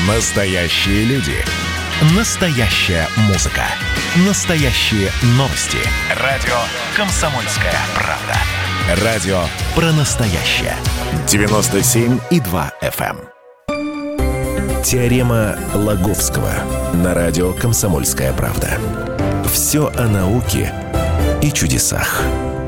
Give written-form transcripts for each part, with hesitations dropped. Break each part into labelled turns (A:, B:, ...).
A: Настоящие люди. Настоящая музыка. Настоящие новости. Радио «Комсомольская правда». Радио про настоящее. 97,2 FM. Теорема Лаговского на радио «Комсомольская правда». Все о науке и чудесах.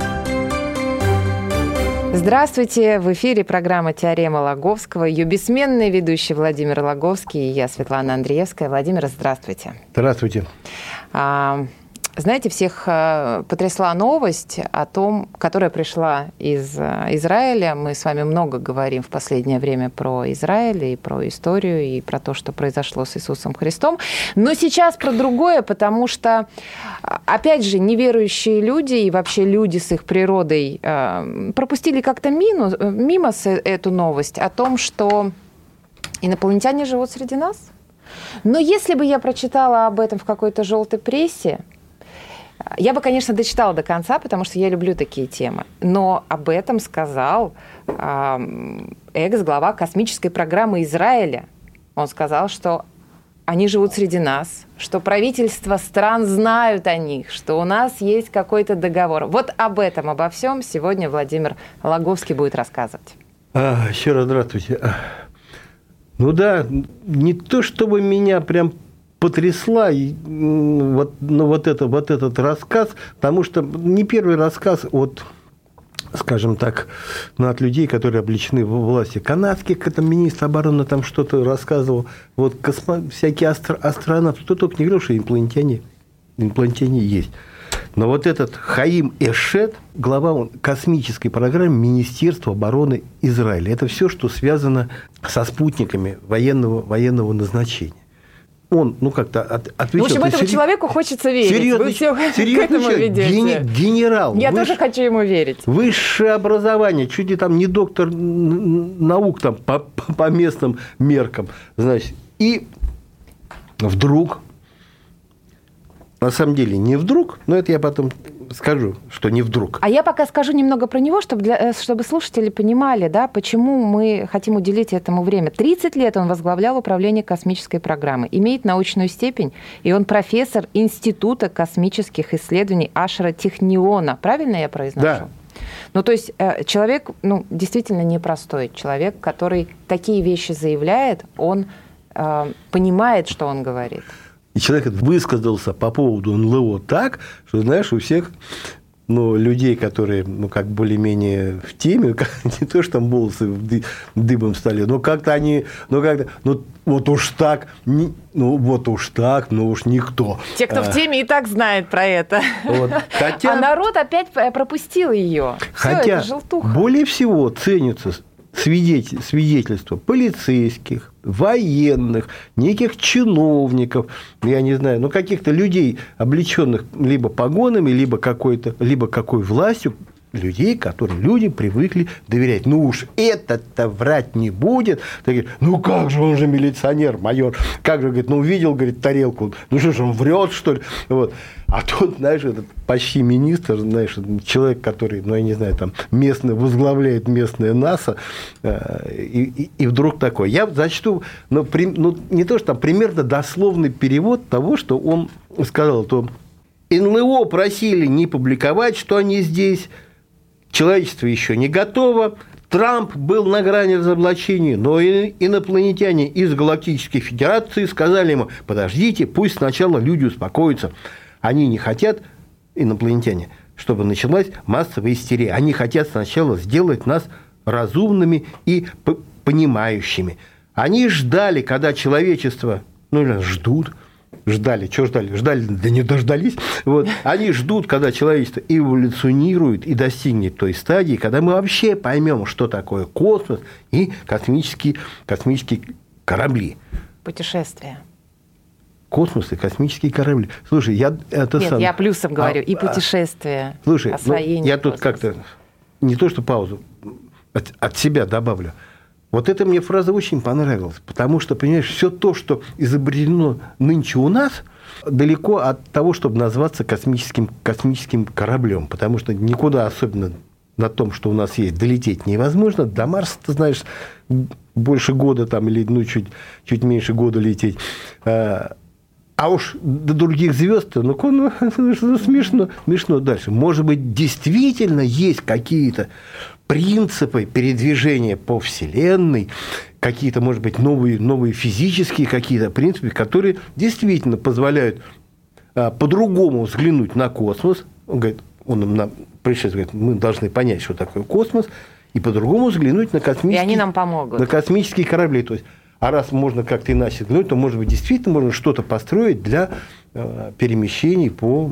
B: Здравствуйте! В эфире программа «Теорема Лаговского». Ее бессменный ведущий Владимир Лаговский и я, Светлана Андреевская. Владимир, здравствуйте.
C: Здравствуйте.
B: Знаете, всех потрясла новость о том, которая пришла из Израиля. Мы с вами много говорим в последнее время про Израиль и про историю, и про то, что произошло с Иисусом Христом. Но сейчас про другое, потому что, опять же, неверующие люди и вообще люди с их природой пропустили как-то мимо эту новость о том, что инопланетяне живут среди нас. Но если бы я прочитала об этом в какой-то желтой прессе, я бы, конечно, дочитала до конца, потому что я люблю такие темы. Но об этом сказал экс-глава космической программы Израиля. Он сказал, что они живут среди нас, что правительства стран знают о них, что у нас есть какой-то договор. Вот об этом, обо всем сегодня Владимир Лаговский будет рассказывать.
C: Еще раз здравствуйте. Ну да, не то чтобы меня прям потрясла вот этот рассказ, потому что не первый рассказ от, скажем так, от людей, которые облечены в власти. Канадский министр обороны там что-то рассказывал, всякие астронавты, кто только не говорил, что инопланетяне есть. Но вот этот Хаим Эшет, глава космической программы Министерства обороны Израиля, это все, что связано со спутниками военного назначения. Он, как-то отвечал.
B: В общем, этому человеку хочется верить.
C: Серьезно,
B: вы все к этому ведете.
C: Генерал.
B: Я тоже хочу ему верить.
C: Высшее образование, чуть ли там не доктор наук там, по местным меркам. Значит, и вдруг, на самом деле не вдруг, но это я потом скажу, что не вдруг.
B: А я пока скажу немного про него, чтобы слушатели понимали, да, почему мы хотим уделить этому время. 30 лет он возглавлял управление космической программы, имеет научную степень, и он профессор Института космических исследований Ашера Техниона. Правильно я произношу?
C: Да.
B: Ну, то есть человек, действительно непростой. Человек, который такие вещи заявляет, он понимает, что он говорит.
C: И человек высказался по поводу НЛО так, что, знаешь, у всех людей, которые более-менее в теме, не то, что там волосы дыбом стали, но как-то они, вот уж так, никто.
B: Те, кто в теме, и так знает про это.
C: Хотя,
B: а народ опять пропустил ее.
C: Хотя более всего ценится свидетельства полицейских, военных, неких чиновников, я не знаю, каких-то людей, облеченных либо погонами, либо какой властью, людей, которым люди привыкли доверять. Уж этот-то врать не будет. Такие, как же, он же милиционер, майор. Как же, говорит, увидел, говорит, тарелку. Что же, он врет, что ли? Вот. А тут, знаешь, этот почти министр, знаешь, человек, который, я не знаю, там, возглавляет местное НАСА, и вдруг такой. Я зачту, не то, что там, примерно дословный перевод того, что он сказал, то НЛО просили не публиковать, что они здесь, человечество еще не готово, Трамп был на грани разоблачения, но инопланетяне из Галактической Федерации сказали ему, подождите, пусть сначала люди успокоятся. Они не хотят, инопланетяне, чтобы началась массовая истерия. Они хотят сначала сделать нас разумными и понимающими. Они ждали, когда человечество, ждали, да не дождались. Они ждут, когда человечество эволюционирует и достигнет той стадии, когда мы вообще поймем, что такое космос и космические корабли.
B: Путешествия.
C: Космос и космические корабли. Слушай, я
B: плюсом говорю, и путешествия,
C: слушай,
B: освоение
C: я тут как-то не то что паузу от себя добавлю. Вот эта мне фраза очень понравилась, потому что, понимаешь, все то, что изобретено нынче у нас, далеко от того, чтобы назваться космическим кораблем, потому что никуда, особенно на том, что у нас есть, долететь невозможно. До Марса, ты знаешь, больше года там, или чуть меньше года лететь. А уж до других звезд, смешно дальше. Может быть, действительно есть какие-то принципы передвижения по Вселенной, какие-то, может быть, новые физические какие-то принципы, которые действительно позволяют по-другому взглянуть на космос. Он нам пришел, говорит, мы должны понять, что такое космос, и по-другому взглянуть на космические,
B: и они нам помогут.
C: На космические корабли. То есть, а раз можно как-то иначе взглянуть, то, может быть, действительно можно что-то построить для перемещений по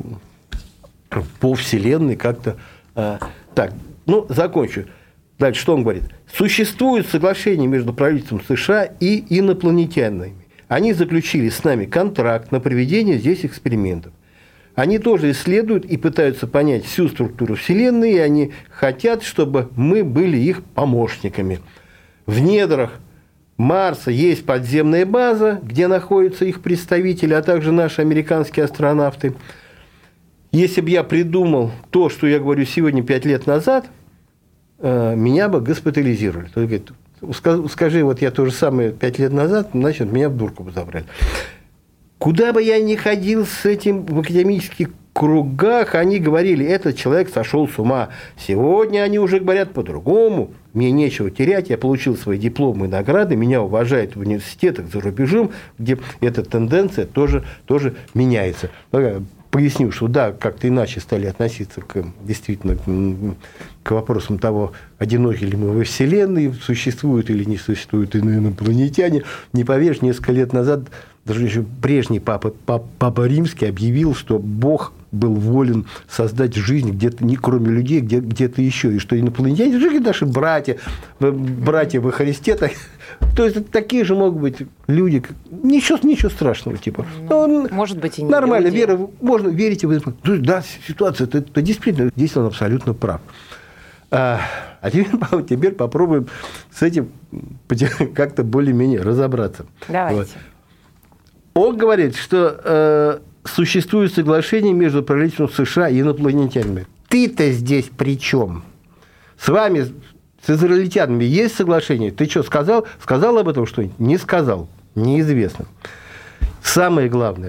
C: Вселенной как-то. Так, закончу. Дальше, что он говорит? Существует соглашение между правительством США и инопланетянами. Они заключили с нами контракт на проведение здесь экспериментов. Они тоже исследуют и пытаются понять всю структуру Вселенной, и они хотят, чтобы мы были их помощниками. В недрах Марса есть подземная база, где находятся их представители, а также наши американские астронавты. Если бы я придумал то, что я говорю сегодня 5 лет назад, меня бы госпитализировали. То есть, говорит, скажи, вот я то же самое 5 лет назад, значит, меня в дурку бы забрали. Куда бы я ни ходил с этим в академических кругах, они говорили, этот человек сошел с ума. Сегодня они уже говорят по-другому. Мне нечего терять, я получил свои дипломы и награды, меня уважают в университетах за рубежом, где эта тенденция тоже меняется. Поясню, что да, как-то иначе стали относиться действительно к вопросам того, одиноки ли мы во Вселенной, существуют или не существуют инопланетяне. Не поверишь, несколько лет назад даже еще прежний папа Римский объявил, что Бог был волен создать жизнь где-то, не кроме людей, где-то еще. И что инопланетяне же наши братья во Христе. То есть такие же могут быть люди. Ничего страшного. Типа.
B: Может быть, и не
C: нормально,
B: люди.
C: вера, можно верить. Да, ситуация, это действительно, здесь он абсолютно прав. А теперь попробуем с этим как-то более-менее разобраться.
B: Давайте.
C: Вот. Он говорит, что существует соглашение между правительством США и инопланетянами. Ты-то здесь при чем? С вами, с израильтянами, есть соглашение? Ты что, сказал? Сказал об этом что-нибудь? Не сказал. Неизвестно. Самое главное.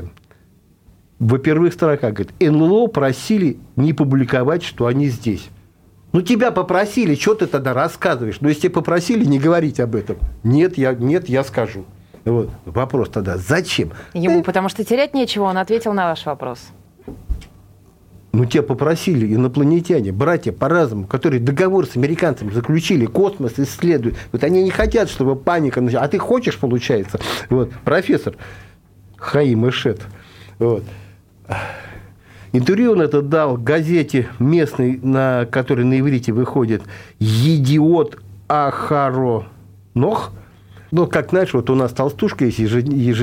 C: Во первых строках, говорит, НЛО просили не публиковать, что они здесь. Тебя попросили, что ты тогда рассказываешь? Если тебя попросили не говорить об этом. Нет, я скажу. Вот. Вопрос тогда, зачем?
B: Ему потому что терять нечего, он ответил на ваш вопрос.
C: Тебя попросили инопланетяне, братья по разуму, которые договор с американцами заключили, космос исследуют. Они не хотят, чтобы паника началась. А ты хочешь, получается? Профессор Хаим Эшет. Интервью он это дал газете местной, на которой на иврите выходит «Едиот Ахаронох». Как знаешь, у нас толстушка есть, есть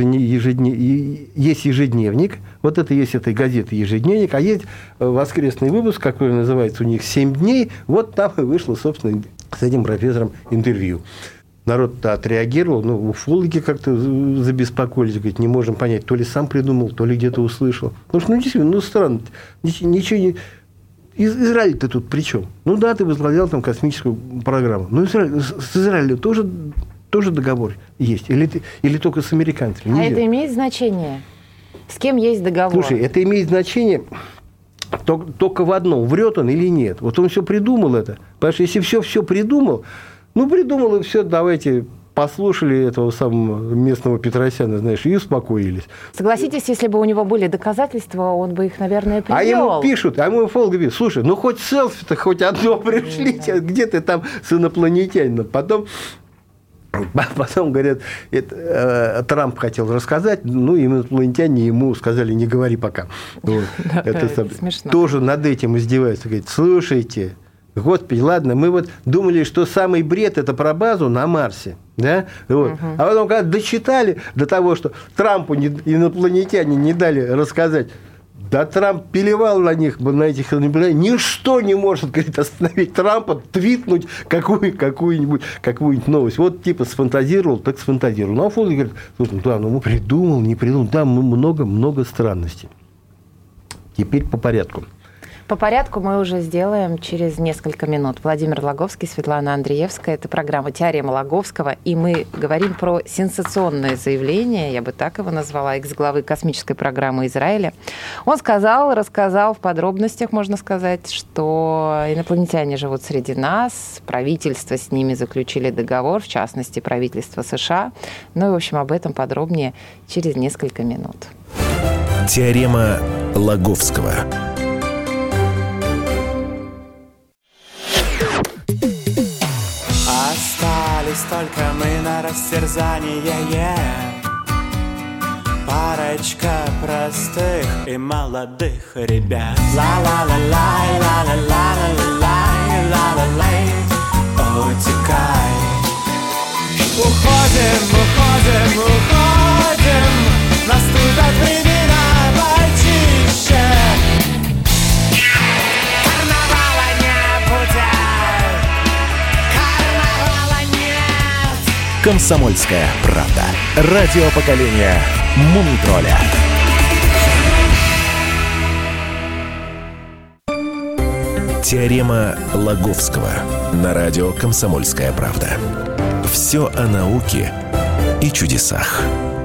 C: ежедневник, это есть этой газеты ежедневник, а есть воскресный выпуск, который называется у них «7 дней», там и вышло, собственно, с этим профессором интервью. Народ-то отреагировал, уфологи как-то забеспокоились, говорят, не можем понять, то ли сам придумал, то ли где-то услышал. Потому что, действительно, странно, ничего не... Израиль-то тут при чем? Да, ты возглавлял там космическую программу. С Израилем тоже договор есть? Или только с американцами? Нельзя.
B: Это имеет значение? С кем есть договор?
C: Слушай, это имеет значение только в одном, врет он или нет. Он все придумал это. Потому что если все придумал, придумал и все, давайте послушали этого самого местного Петросяна, и успокоились.
B: Согласитесь, если бы у него были доказательства, он бы их, наверное, привел.
C: А ему пишут, уфологи говорят, слушай, хоть селфи-то хоть одно пришлите, где ты там с инопланетянином. Потом, говорят, Трамп хотел рассказать, инопланетяне ему сказали, не говори пока. Это
B: смешно.
C: Тоже над этим издеваются. Говорит, слушайте, господи, ладно, мы думали, что самый бред – это про базу на Марсе. Да? А потом, когда дочитали до того, что Трампу инопланетяне не дали рассказать, да Трамп пилевал на них, на этих инопланетян. Ничто не может, говорит, остановить Трампа, твитнуть какую-нибудь новость. Сфантазировал, так сфантазировал. А уфологи говорят, слушай, придумал, не придумал. Да, много странностей. Теперь по порядку.
B: По порядку мы уже сделаем через несколько минут. Владимир Логовский, Светлана Андреевская. Это программа «Теорема Логовского». И мы говорим про сенсационное заявление, я бы так его назвала, экс-главы космической программы Израиля. Он рассказал в подробностях, можно сказать, что инопланетяне живут среди нас, правительства с ними заключили договор, в частности, правительство США. Ну и, в общем, об этом подробнее через несколько минут.
A: Теорема Логовского.
D: Остались только мы на растерзание, парочка простых и молодых ребят. Ла-ла-ла-лай, ла-ла-ла-ла-ла-лай, ла-ла-лай, утекай. Уходим, уходим, уходим, наступят времена почище. Карнавала не будет, карнавала нет.
A: «Комсомольская правда». Радио поколения Мумий-тролля. Теорема Логовского. На радио «Комсомольская правда». Все о науке и чудесах.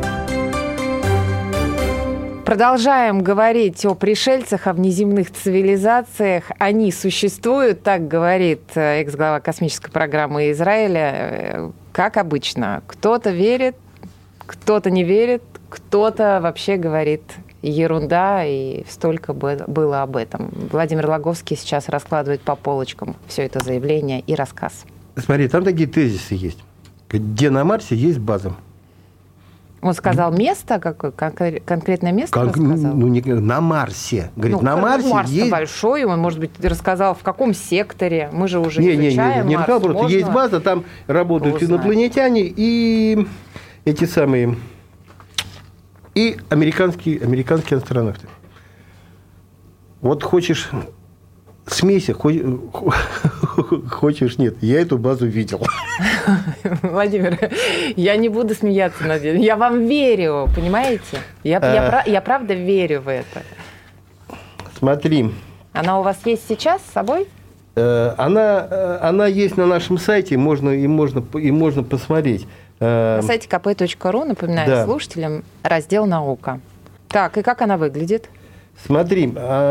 B: Продолжаем говорить о пришельцах, о внеземных цивилизациях. Они существуют, так говорит экс-глава космической программы Израиля. Как обычно, кто-то верит, кто-то не верит, кто-то вообще говорит ерунда, и столько было об этом. Владимир Логовский сейчас раскладывает по полочкам все это заявление и рассказ.
C: Смотри, там такие тезисы есть. Где на Марсе есть база.
B: Он сказал место, какое конкретное место рассказал?
C: На Марсе. Говорит, на Марсе
B: Марс
C: есть...
B: большой, он, может быть, рассказал, в каком секторе. Мы же уже изучаем
C: не
B: Марс.
C: просто есть база, там работают инопланетяне и эти самые... И американские астронавты. Вот хочешь... Смейся, хочешь, нет. Я эту базу видел.
B: Владимир, я не буду смеяться над этим. Я вам верю, понимаете? Я правда верю в это.
C: Смотри.
B: Она у вас есть сейчас с собой?
C: Она есть на нашем сайте, можно посмотреть.
B: На сайте kp.ru, напоминаю слушателям, раздел «Наука». Так, и как она выглядит?
C: Смотри,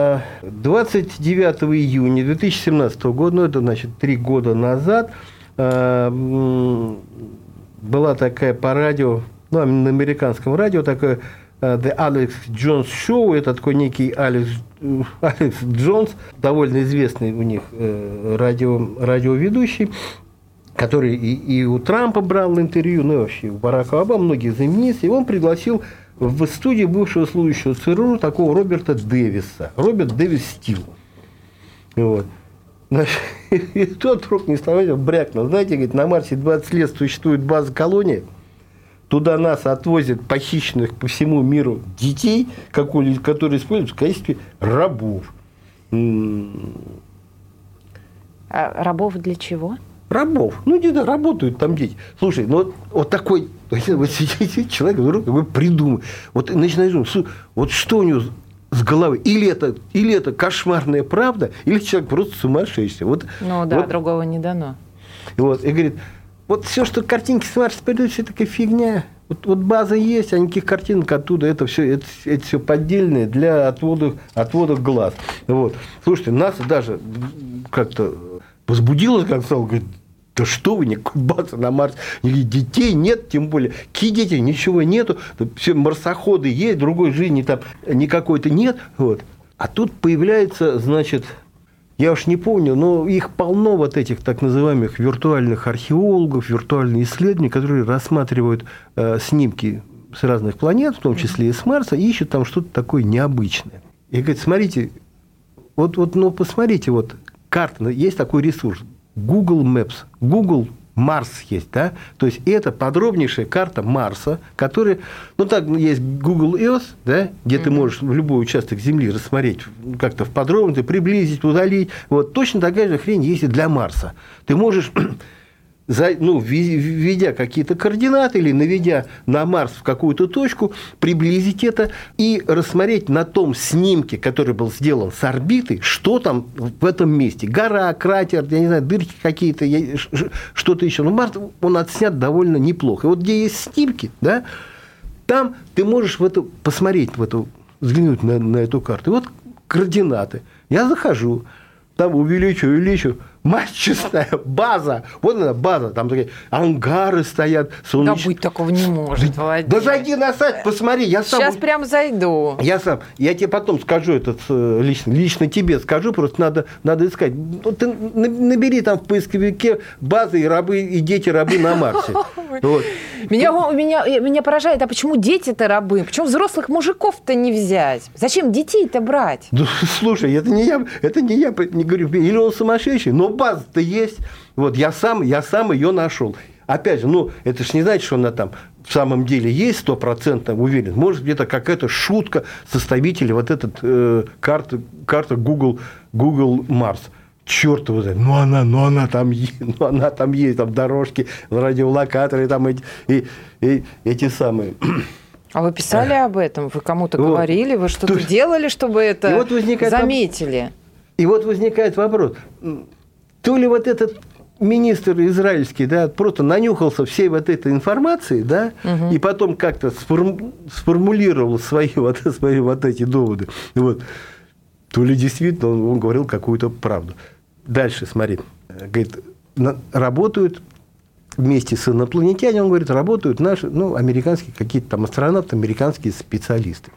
C: 29 июня 2017 года, это значит 3 года назад, была такая по радио, на американском радио, такое The Alex Jones Show, это такой некий Алекс Джонс, довольно известный у них радиоведущий, который и у Трампа брал интервью, ну и вообще у Барака Обамы, многие знаменитые, и он пригласил в студии бывшего служащего ЦРУ такого Роберта Дэвиса. Роберт Дэвис Стил. Вот. И тот вдруг не слова брякнул. Знаете, говорит, на Марсе 20 лет существует база-колония. Туда нас отвозят похищенных по всему миру детей, которые используются в качестве рабов.
B: А рабов для чего?
C: Рабов. Ну, где-то работают там дети. Слушай, ну вот такой вот сидит человек, вдруг придумал. Вот начинаешь думать, вот что у него с головы? Или это кошмарная правда, или человек просто сумасшедший. Вот,
B: ну да, вот, другого не дано.
C: Вот, и говорит, вот все, что картинки с Марса придут, все такая фигня. Вот база есть, а никаких картинок оттуда, это все поддельное для отвода глаз. Вот. Слушайте, НАСА даже как-то возбудилась, как сказал, говорит, да что вы, никакой базы на Марсе, никаких детей нет, тем более, какие дети, ничего нету, все марсоходы есть, другой жизни там никакой-то нет. Вот. А тут появляется, значит, я уж не помню, но их полно вот этих так называемых виртуальных археологов, виртуальные исследования, которые рассматривают снимки с разных планет, в том числе и с Марса, и ищут там что-то такое необычное. И говорит, смотрите, ну посмотрите, вот карта, есть такой ресурс, Google Maps, Google Марс есть, да, то есть это подробнейшая карта Марса, которая, ну так есть Google Earth, да, где ты можешь в любой участок Земли рассмотреть как-то в подробности, приблизить, удалить, вот точно такая же хрень есть и для Марса. Ты можешь введя какие-то координаты или наведя на Марс в какую-то точку, приблизить это и рассмотреть на том снимке, который был сделан с орбиты, что там в этом месте. Гора, кратер, я не знаю, дырки какие-то, что-то еще. Но Марс, он отснят довольно неплохо. И вот где есть снимки, да, там ты можешь посмотреть, взглянуть на эту карту. И вот координаты. Я захожу, там увеличу. Мать честная, база. Вот она база. Там такие ангары стоят.
B: Да быть такого не может, Владимир.
C: Да зайди на сайт, посмотри. Я сам,
B: сейчас прям зайду.
C: Я тебе потом скажу лично тебе скажу, просто надо искать. Ты набери там в поисковике базы и рабы, и дети-рабы на Марсе. Вот.
B: Меня поражает, а почему дети-то рабы? Почему взрослых мужиков-то не взять? Зачем детей-то брать?
C: Ну, слушай, это не я не говорю, или он сумасшедший, но база-то есть. Вот я сам ее нашел. Опять же, это ж не значит, что она там в самом деле есть 100% уверен. Может, где-то какая-то шутка составителя вот этот карта Google Mars. Черт его знает, она там есть, там дорожки, радиолокаторы, там эти самые.
B: А вы писали об этом? Вы кому-то говорили? Вы что-то делали, чтобы это заметили?
C: И вот возникает вопрос. То ли вот этот министр израильский, да, просто нанюхался всей вот этой информации, да, и потом как-то сформулировал свои вот эти доводы. Вот. То ли действительно он говорил какую-то правду. Дальше, смотри. Говорит, работают вместе с инопланетянами, он говорит, работают наши, американские какие-то там астронавты, американские специалисты.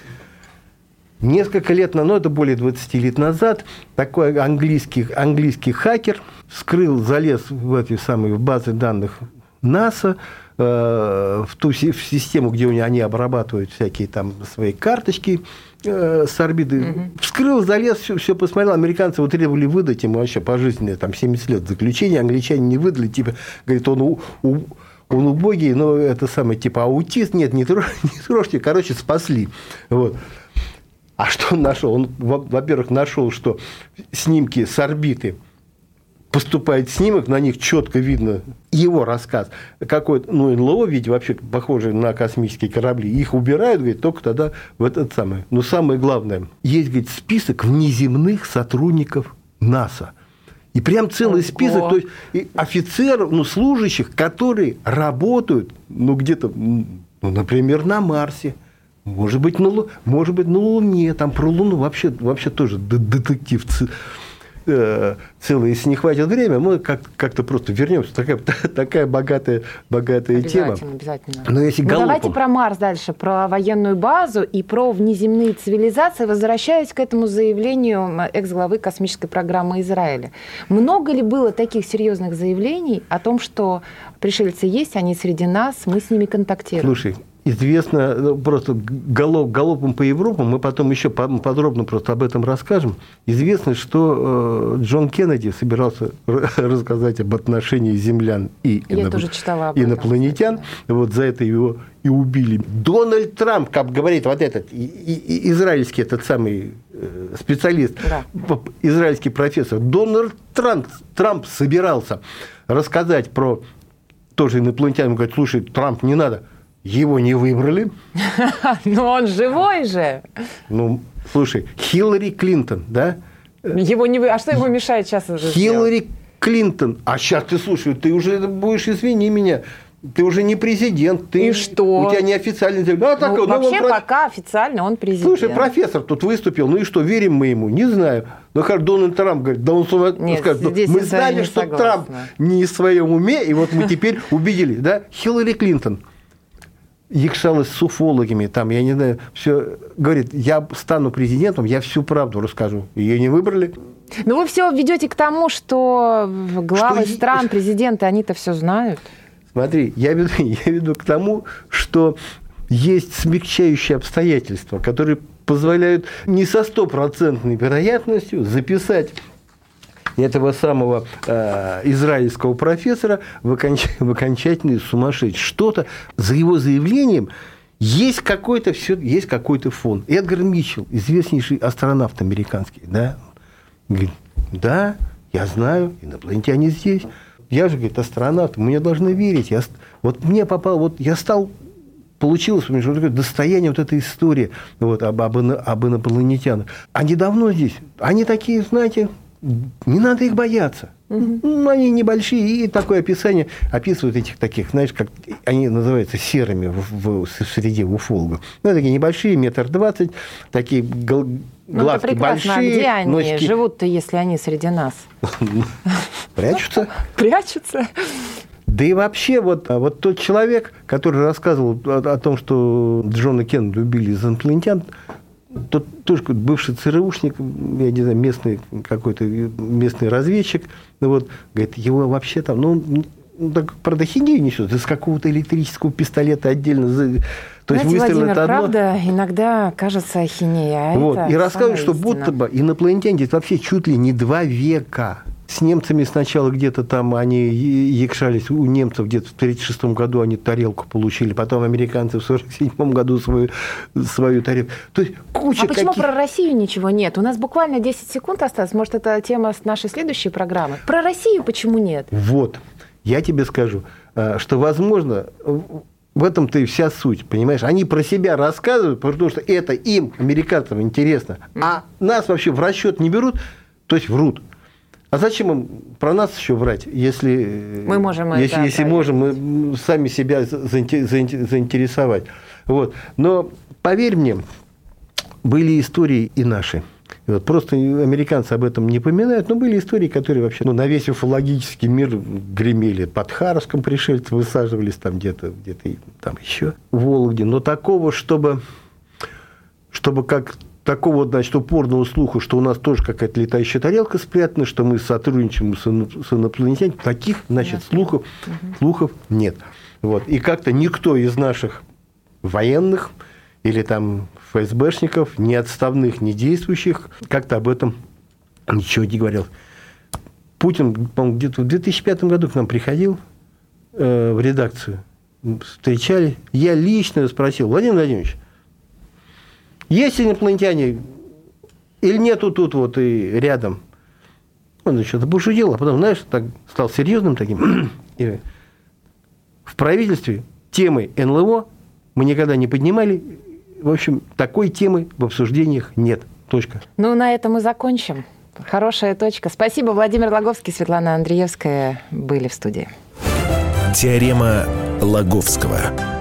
C: Несколько лет назад, это более 20 лет назад, такой английский хакер залез в базы данных НАСА, в систему, где они обрабатывают всякие там свои карточки с орбиты, залез, все посмотрел. Американцы требовали выдать ему вообще пожизненное, там, 70 лет заключения, англичане не выдали, говорит, он убогий, но это самое, аутист, нет, не трожьте, короче, спасли. Вот. А что он нашел? Он, во-первых, нашел, что снимки с орбиты, поступает снимок, на них четко видно его рассказ. Какой-то, НЛО, видите, вообще похожие на космические корабли. Их убирают, говорит, только тогда в этот самый. Но самое главное, есть, говорит, список внеземных сотрудников НАСА. И прям целый список, то есть и офицеров, служащих, которые работают, где-то, например, на Марсе. Может быть, на Луне, там про Луну вообще тоже детектив целый. Если не хватит времени, мы как-то просто вернемся. Такая богатая тема.
B: Обязательно.
C: Но если
B: давайте про Марс дальше, про военную базу и про внеземные цивилизации, возвращаясь к этому заявлению экс-главы космической программы Израиля. Много ли было таких серьезных заявлений о том, что пришельцы есть, они среди нас, мы с ними контактируем?
C: Слушай, известно, просто галопом по Европам, мы потом еще подробно просто об этом расскажем. Известно, что Джон Кеннеди собирался рассказать об отношении землян и инопланетян. Вот за это его и убили. Дональд Трамп, как говорит вот этот израильский этот самый специалист, израильский профессор, Дональд Трамп собирался рассказать про тоже инопланетян. Он говорит, слушай, Трамп, не надо. Его не выбрали.
B: Но он живой же.
C: Слушай, Хиллари Клинтон, да?
B: Его не А что ему мешает сейчас это
C: Хиллари Клинтон. А сейчас ты, слушай, ты уже будешь, извини меня, ты уже не президент.
B: И что?
C: У тебя неофициальный...
B: вообще пока официально он президент.
C: Слушай, профессор тут выступил, и что, верим мы ему? Не знаю. Дональд Трамп говорит, мы знали, что Трамп не в своем уме, и вот мы теперь убедились, да? Хиллари Клинтон якшалась с уфологами, там, я не знаю, все, говорит, я стану президентом, я всю правду расскажу. Ее не выбрали.
B: Но вы все ведете к тому, что главы стран, президенты, они-то все знают.
C: Смотри, я веду к тому, что есть смягчающие обстоятельства, которые позволяют не со 100% вероятностью записать этого самого израильского профессора в окончательный сумасшедший. Что-то за его заявлением есть какой-то фон. Эдгар Митчелл, известнейший астронавт американский, да, говорит, да, я знаю, инопланетяне здесь. я же, говорит, астронавт, мне должны верить. Мне попал, я стал... Получилось, что такое достояние вот этой истории вот, об инопланетянах. Они давно здесь. Они такие, знаете, не надо их бояться. Они небольшие. И такое описание описывают этих таких, знаешь, как они называются серыми в среде уфологов. Такие небольшие, 1,20 м, такие глазки большие.
B: А где они
C: носики...
B: живут-то, если они среди нас?
C: Прячутся.
B: Прячутся.
C: Да и вообще, вот тот человек, который рассказывал о том, что Джона Кеннеди убили из инопланетян, тот тоже бывший ЦРУшник, я не знаю, местный разведчик, говорит, его вообще там, так, правда, хинею несет, из какого-то электрического пистолета отдельно. То есть
B: Владимир,
C: это одно...
B: правда иногда кажется ахинея.
C: И рассказывают, что будто бы инопланетяне здесь вообще чуть ли не 2 века. С немцами сначала где-то там они якшались, у немцев где-то в 1936 году они тарелку получили, потом американцы в 1947 году свою тарелку. То есть куча
B: почему про Россию ничего нет? У нас буквально 10 секунд осталось. Может, это тема нашей следующей программы? Про Россию почему нет?
C: Вот. Я тебе скажу, что, возможно, в этом-то и вся суть, понимаешь? Они про себя рассказывают, потому что это им, американцам, интересно. А нас вообще в расчет не берут, то есть врут. А зачем им про нас еще врать, если
B: мы можем,
C: если можем мы сами себя заинтересовать? Вот. Но поверь мне, были истории и наши. Просто американцы об этом не поминают, но были истории, которые вообще на весь уфологический мир гремели. Под Харовском пришельцы высаживались там где-то там еще в Вологде. Но такого, чтобы как такого, значит, упорного слуха, что у нас тоже какая-то летающая тарелка спрятана, что мы сотрудничаем с инопланетянами, таких, значит, слухов нет. Вот. И как-то никто из наших военных или там ФСБшников, ни отставных, ни действующих, как-то об этом ничего не говорил. Путин, по-моему, где-то в 2005 году к нам приходил в редакцию, встречали. Я лично спросил: Владимир Владимирович, есть инопланетяне или нету тут вот и рядом? Он что-то пошутил, а потом, знаешь, так стал серьезным таким. И в правительстве темы НЛО мы никогда не поднимали. В общем, такой темы в обсуждениях нет. Точка.
B: На этом мы закончим. Хорошая точка. Спасибо. Владимир Логовский, Светлана Андреевская были в студии.
A: Теорема Лаговского.